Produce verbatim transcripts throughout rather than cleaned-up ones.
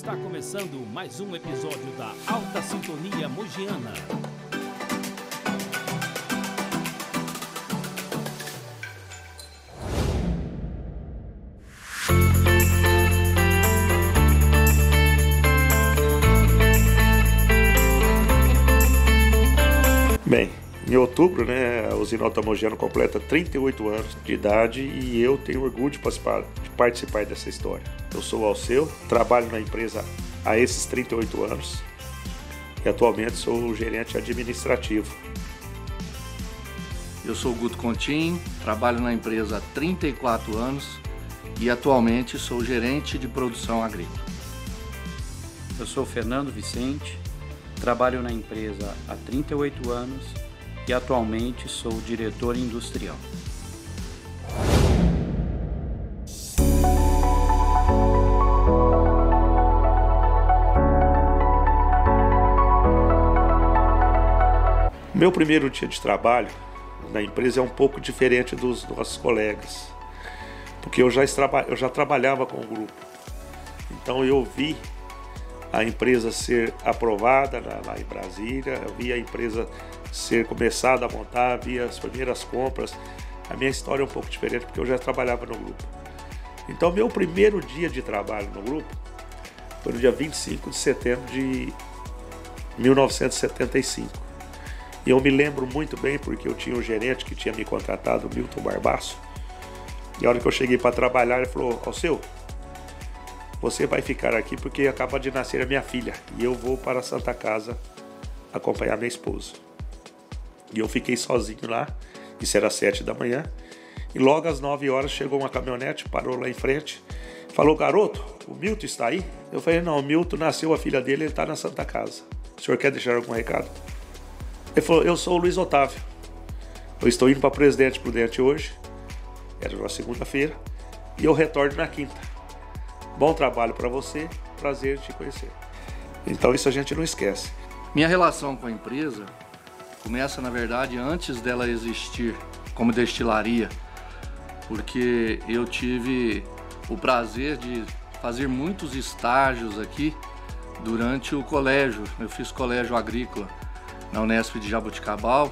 Está começando mais um episódio da Alta Sintonia Mogiana. Bem, em outubro, né, a usina Alta Mogiana completa trinta e oito anos de idade e eu tenho orgulho de participar, de participar dessa história. Eu sou o Alceu, trabalho na empresa há esses trinta e oito anos e atualmente sou o gerente administrativo. Eu sou o Guto Contin, trabalho na empresa há trinta e quatro anos e atualmente sou gerente de produção agrícola. Eu sou o Fernando Vicente, trabalho na empresa há trinta e oito anos e atualmente sou diretor industrial. Meu primeiro dia de trabalho na empresa é um pouco diferente dos nossos colegas, porque eu já, eu já trabalhava com o grupo, então eu vi a empresa ser aprovada lá em Brasília, eu vi a empresa ser começada a montar, vi as primeiras compras. A minha história é um pouco diferente porque eu já trabalhava no grupo. Então meu primeiro dia de trabalho no grupo foi no dia vinte e cinco de setembro de mil novecentos e setenta e cinco. E eu me lembro muito bem porque eu tinha um gerente que tinha me contratado, o Milton Barbaço, e a hora que eu cheguei para trabalhar ele falou: Alceu, você vai ficar aqui porque acaba de nascer a minha filha e eu vou para a Santa Casa acompanhar minha esposa. E eu fiquei sozinho lá, isso era sete da manhã, e logo às nove horas chegou uma caminhonete, parou lá em frente, falou: garoto, o Milton está aí? Eu falei: não, o Milton nasceu a filha dele, ele está na Santa Casa. O senhor quer deixar algum recado? Ele falou: eu sou o Luiz Otávio, eu estou indo para Presidente Prudente hoje, era uma segunda-feira, e eu retorno na quinta. Bom trabalho para você, prazer te conhecer. Então isso a gente não esquece. Minha relação com a empresa começa, na verdade, antes dela existir como destilaria, porque eu tive o prazer de fazer muitos estágios aqui durante o colégio. Eu fiz colégio agrícola na Unesp de Jaboticabal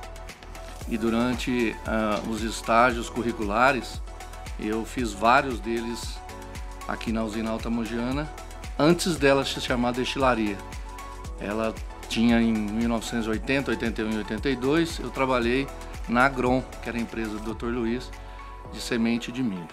e durante uh, os estágios curriculares eu fiz vários deles aqui na usina Alta Mogiana, antes dela se chamar destilaria. Ela tinha em mil novecentos e oitenta, oitenta e um e oitenta e dois, eu trabalhei na Agron, que era a empresa do doutor Luiz, de semente de milho.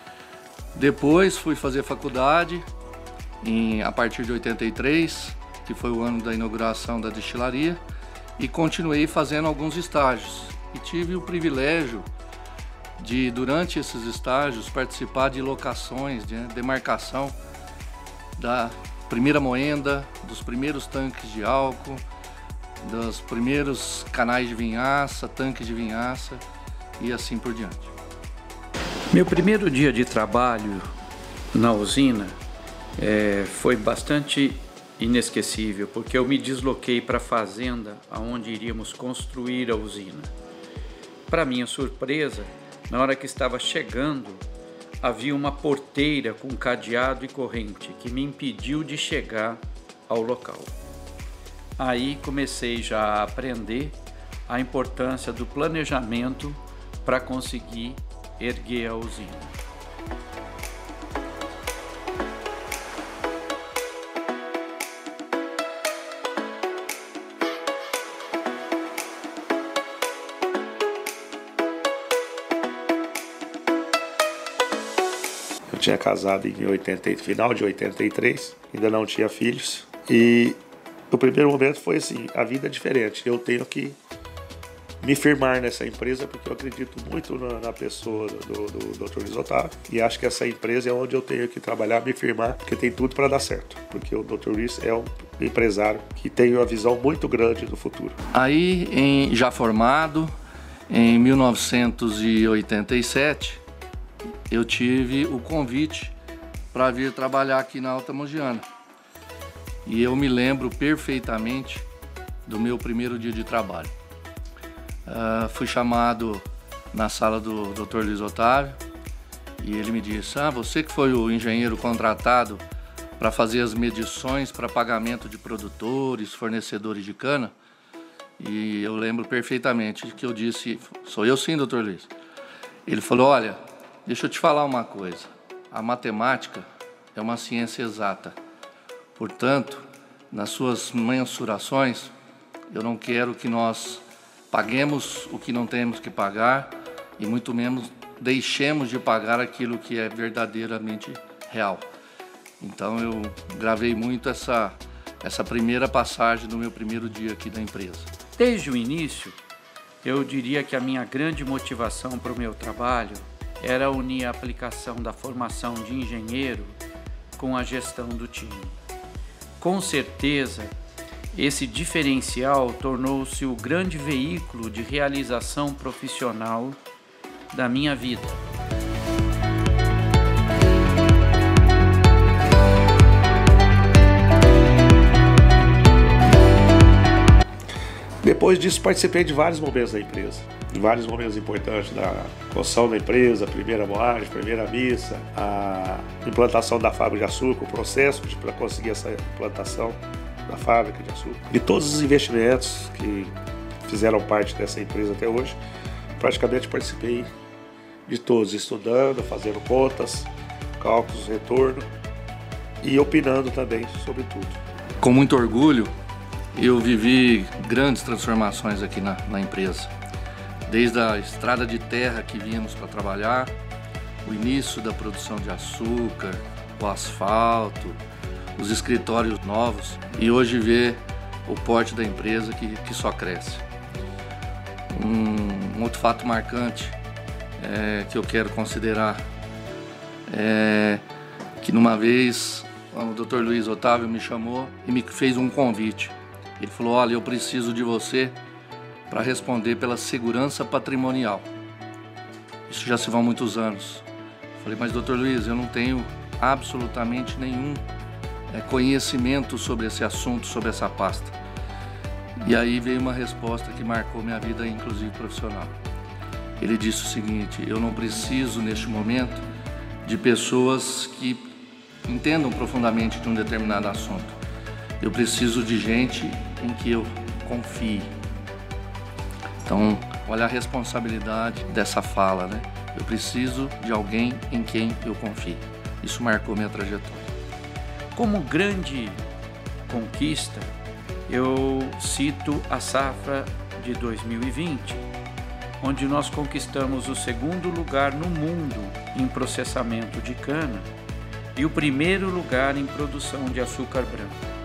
Depois fui fazer faculdade, em, a partir de oitenta e três, que foi o ano da inauguração da destilaria, e continuei fazendo alguns estágios. E tive o privilégio de, durante esses estágios, participar de locações, de demarcação da primeira moenda, dos primeiros tanques de álcool, dos primeiros canais de vinhaça, tanques de vinhaça e assim por diante. Meu primeiro dia de trabalho na usina é, foi bastante inesquecível, porque eu me desloquei para a fazenda onde iríamos construir a usina. Para minha surpresa, na hora que estava chegando, havia uma porteira com cadeado e corrente que me impediu de chegar ao local. Aí comecei já a aprender a importância do planejamento para conseguir erguer a usina. Eu tinha casado em oitenta, final de oitenta e três, ainda não tinha filhos. E o primeiro momento foi assim, a vida é diferente. Eu tenho que me firmar nessa empresa porque eu acredito muito na, na pessoa do, do doutor Luiz Otávio. E acho que essa empresa é onde eu tenho que trabalhar, me firmar, porque tem tudo para dar certo. Porque o doutor Luiz é um empresário que tem uma visão muito grande do futuro. Aí, em, já formado, em mil novecentos e oitenta e sete, eu tive o convite para vir trabalhar aqui na Alta Mogiana. E eu me lembro perfeitamente do meu primeiro dia de trabalho. Uh, fui chamado na sala do doutor Luiz Otávio e ele me disse: ah, você que foi o engenheiro contratado para fazer as medições para pagamento de produtores, fornecedores de cana. E eu lembro perfeitamente que eu disse, sou eu sim, doutor Luiz. Ele falou, olha, deixa eu te falar uma coisa, a matemática é uma ciência exata, portanto, nas suas mensurações, eu não quero que nós paguemos o que não temos que pagar e muito menos deixemos de pagar aquilo que é verdadeiramente real. Então eu gravei muito essa, essa primeira passagem do meu primeiro dia aqui da empresa. Desde o início, eu diria que a minha grande motivação para o meu trabalho era unir a aplicação da formação de engenheiro com a gestão do time. Com certeza, esse diferencial tornou-se o grande veículo de realização profissional da minha vida. Depois disso, participei de vários momentos da empresa, em vários momentos importantes da construção da empresa, a primeira moagem, a primeira missa, a implantação da fábrica de açúcar, o processo para conseguir essa implantação da fábrica de açúcar. E todos os investimentos que fizeram parte dessa empresa até hoje, praticamente participei de todos, estudando, fazendo contas, cálculos, retorno e opinando também sobre tudo. Com muito orgulho, eu vivi grandes transformações aqui na, na empresa. Desde a estrada de terra que vínhamos para trabalhar, o início da produção de açúcar, o asfalto, os escritórios novos e hoje ver o porte da empresa que, que só cresce. Um, um outro fato marcante é, que eu quero considerar é que numa vez o doutor Luiz Otávio me chamou e me fez um convite. Ele falou, olha, eu preciso de você para responder pela segurança patrimonial. Isso já se vão muitos anos. Eu falei, mas doutor Luiz, eu não tenho absolutamente nenhum é, conhecimento sobre esse assunto, sobre essa pasta. E aí veio uma resposta que marcou minha vida, inclusive profissional. Ele disse o seguinte, eu não preciso neste momento de pessoas que entendam profundamente de um determinado assunto. Eu preciso de gente em que eu confie. Então, olha a responsabilidade dessa fala, né? Eu preciso de alguém em quem eu confie. Isso marcou minha trajetória. Como grande conquista, eu cito a safra de dois mil e vinte, onde nós conquistamos o segundo lugar no mundo em processamento de cana e o primeiro lugar em produção de açúcar branco.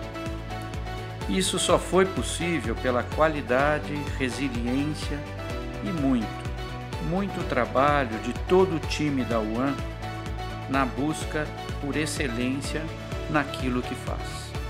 Isso só foi possível pela qualidade, resiliência e muito, muito trabalho de todo o time da U A N na busca por excelência naquilo que faz.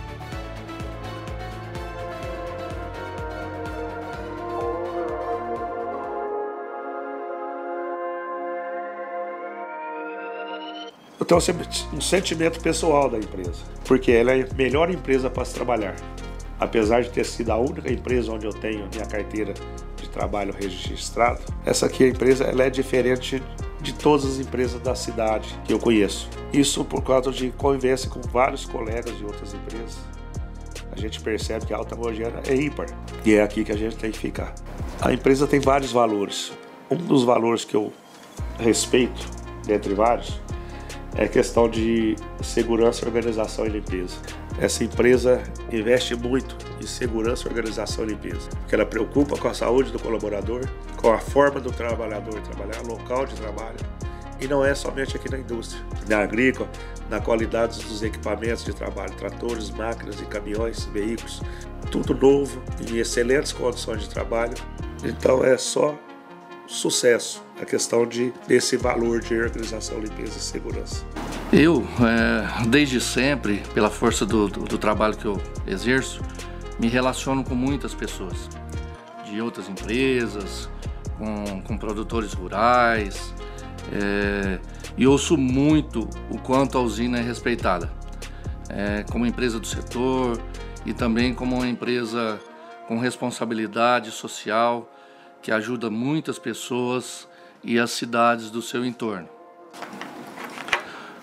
Eu tenho um sentimento pessoal da empresa, porque ela é a melhor empresa para se trabalhar. Apesar de ter sido a única empresa onde eu tenho minha carteira de trabalho registrada, essa aqui, a empresa, ela é diferente de todas as empresas da cidade que eu conheço. Isso por causa de convivência com vários colegas de outras empresas. A gente percebe que a Alta Mogiana é ímpar e é aqui que a gente tem que ficar. A empresa tem vários valores. Um dos valores que eu respeito, dentre vários, é a questão de segurança, organização e limpeza. Essa empresa investe muito em segurança, organização e limpeza, porque ela preocupa com a saúde do colaborador, com a forma do trabalhador trabalhar, local de trabalho, e não é somente aqui na indústria, na agrícola, na qualidade dos equipamentos de trabalho, tratores, máquinas e caminhões, veículos, tudo novo, em excelentes condições de trabalho. Então é só sucesso a questão de, desse valor de organização, limpeza e segurança. Eu, é, desde sempre, pela força do, do, do trabalho que eu exerço, me relaciono com muitas pessoas, de outras empresas, com, com produtores rurais, é, e ouço muito o quanto a usina é respeitada, é, como empresa do setor e também como uma empresa com responsabilidade social, que ajuda muitas pessoas e as cidades do seu entorno.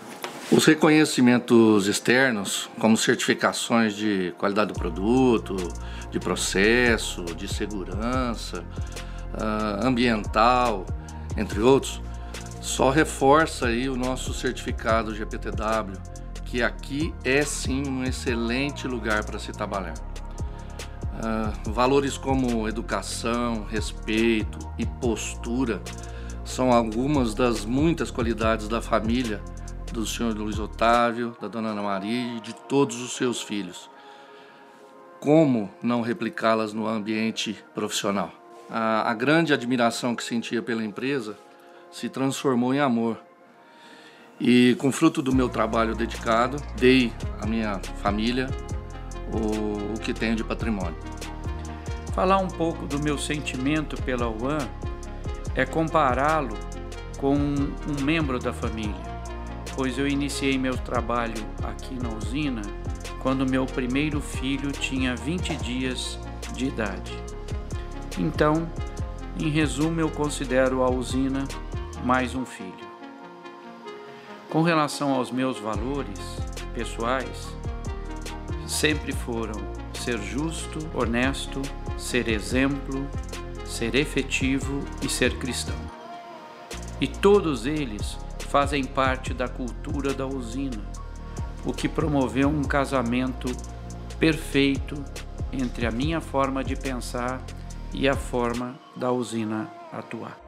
Os reconhecimentos externos, como certificações de qualidade do produto, de processo, de segurança, ambiental, entre outros, só reforça aí o nosso certificado G P T W, que aqui é sim um excelente lugar para se trabalhar. Uh, valores como educação, respeito e postura são algumas das muitas qualidades da família do senhor Luiz Otávio, da dona Ana Maria e de todos os seus filhos. Como não replicá-las no ambiente profissional? A, a grande admiração que sentia pela empresa se transformou em amor. E com fruto do meu trabalho dedicado, dei à minha família o, o que tenho de patrimônio. Falar um pouco do meu sentimento pela U A N é compará-lo com um membro da família, pois eu iniciei meu trabalho aqui na usina quando meu primeiro filho tinha vinte dias de idade. Então, em resumo, eu considero a usina mais um filho. Com relação aos meus valores pessoais, sempre foram ser justo, honesto, ser exemplo, ser efetivo e ser cristão. E todos eles fazem parte da cultura da usina, o que promoveu um casamento perfeito entre a minha forma de pensar e a forma da usina atuar.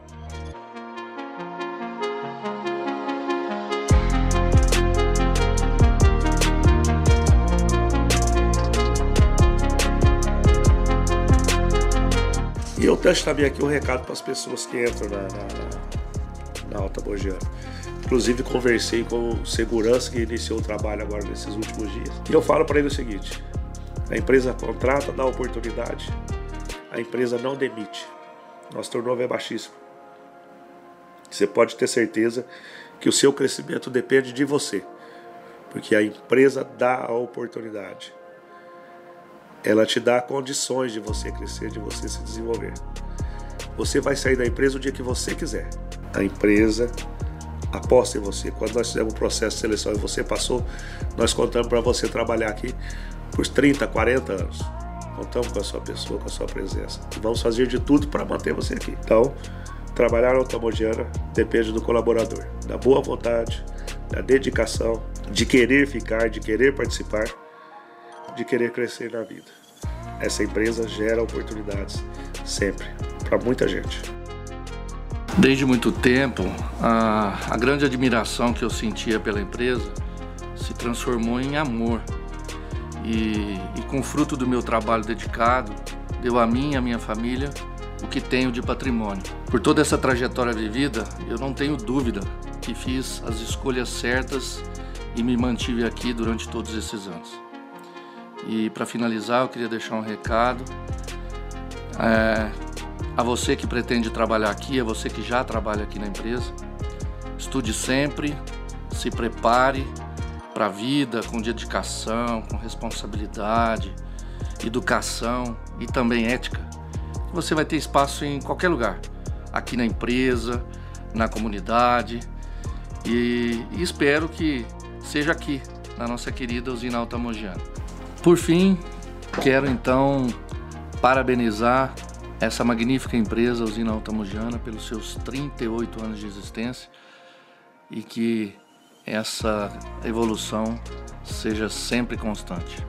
E eu deixo também aqui um recado para as pessoas que entram na, na, na Alta Mogiana. Inclusive conversei com o segurança que iniciou o trabalho agora nesses últimos dias. E eu falo para ele o seguinte: a empresa contrata, dá oportunidade, a empresa não demite. Nosso turnover é baixíssimo. Você pode ter certeza que o seu crescimento depende de você, porque a empresa dá a oportunidade. Ela te dá condições de você crescer, de você se desenvolver. Você vai sair da empresa o dia que você quiser. A empresa aposta em você. Quando nós fizemos o processo de seleção e você passou, nós contamos para você trabalhar aqui por trinta, quarenta anos. Contamos com a sua pessoa, com a sua presença. E vamos fazer de tudo para manter você aqui. Então, trabalhar na Alta Mogiana depende do colaborador, da boa vontade, da dedicação, de querer ficar, de querer participar, de querer crescer na vida. Essa empresa gera oportunidades sempre, para muita gente. Desde muito tempo, a, a grande admiração que eu sentia pela empresa se transformou em amor. E, e com fruto do meu trabalho dedicado, deu a mim e a minha família o que tenho de patrimônio. Por toda essa trajetória vivida, eu não tenho dúvida que fiz as escolhas certas e me mantive aqui durante todos esses anos. E para finalizar, eu queria deixar um recado é, a você que pretende trabalhar aqui, a você que já trabalha aqui na empresa. Estude sempre, se prepare para a vida com dedicação, com responsabilidade, educação e também ética. Você vai ter espaço em qualquer lugar, aqui na empresa, na comunidade, e, e espero que seja aqui, na nossa querida usina Alta Mogiana. Por fim, quero então parabenizar essa magnífica empresa, a usina Alta Mogiana, pelos seus trinta e oito anos de existência e que essa evolução seja sempre constante.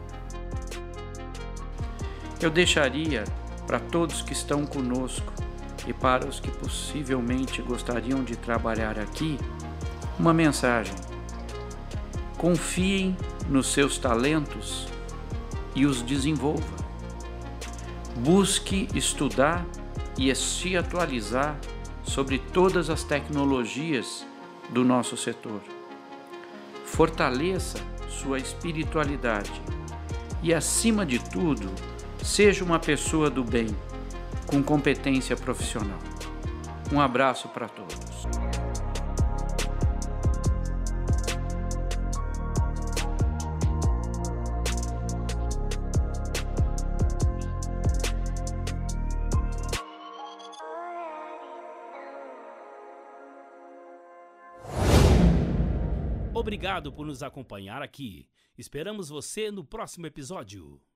Eu deixaria para todos que estão conosco e para os que possivelmente gostariam de trabalhar aqui uma mensagem. Confiem nos seus talentos e os desenvolva. Busque estudar e se atualizar sobre todas as tecnologias do nosso setor. Fortaleça sua espiritualidade e, acima de tudo, seja uma pessoa do bem, com competência profissional. Um abraço para todos. Obrigado por nos acompanhar aqui. Esperamos você no próximo episódio.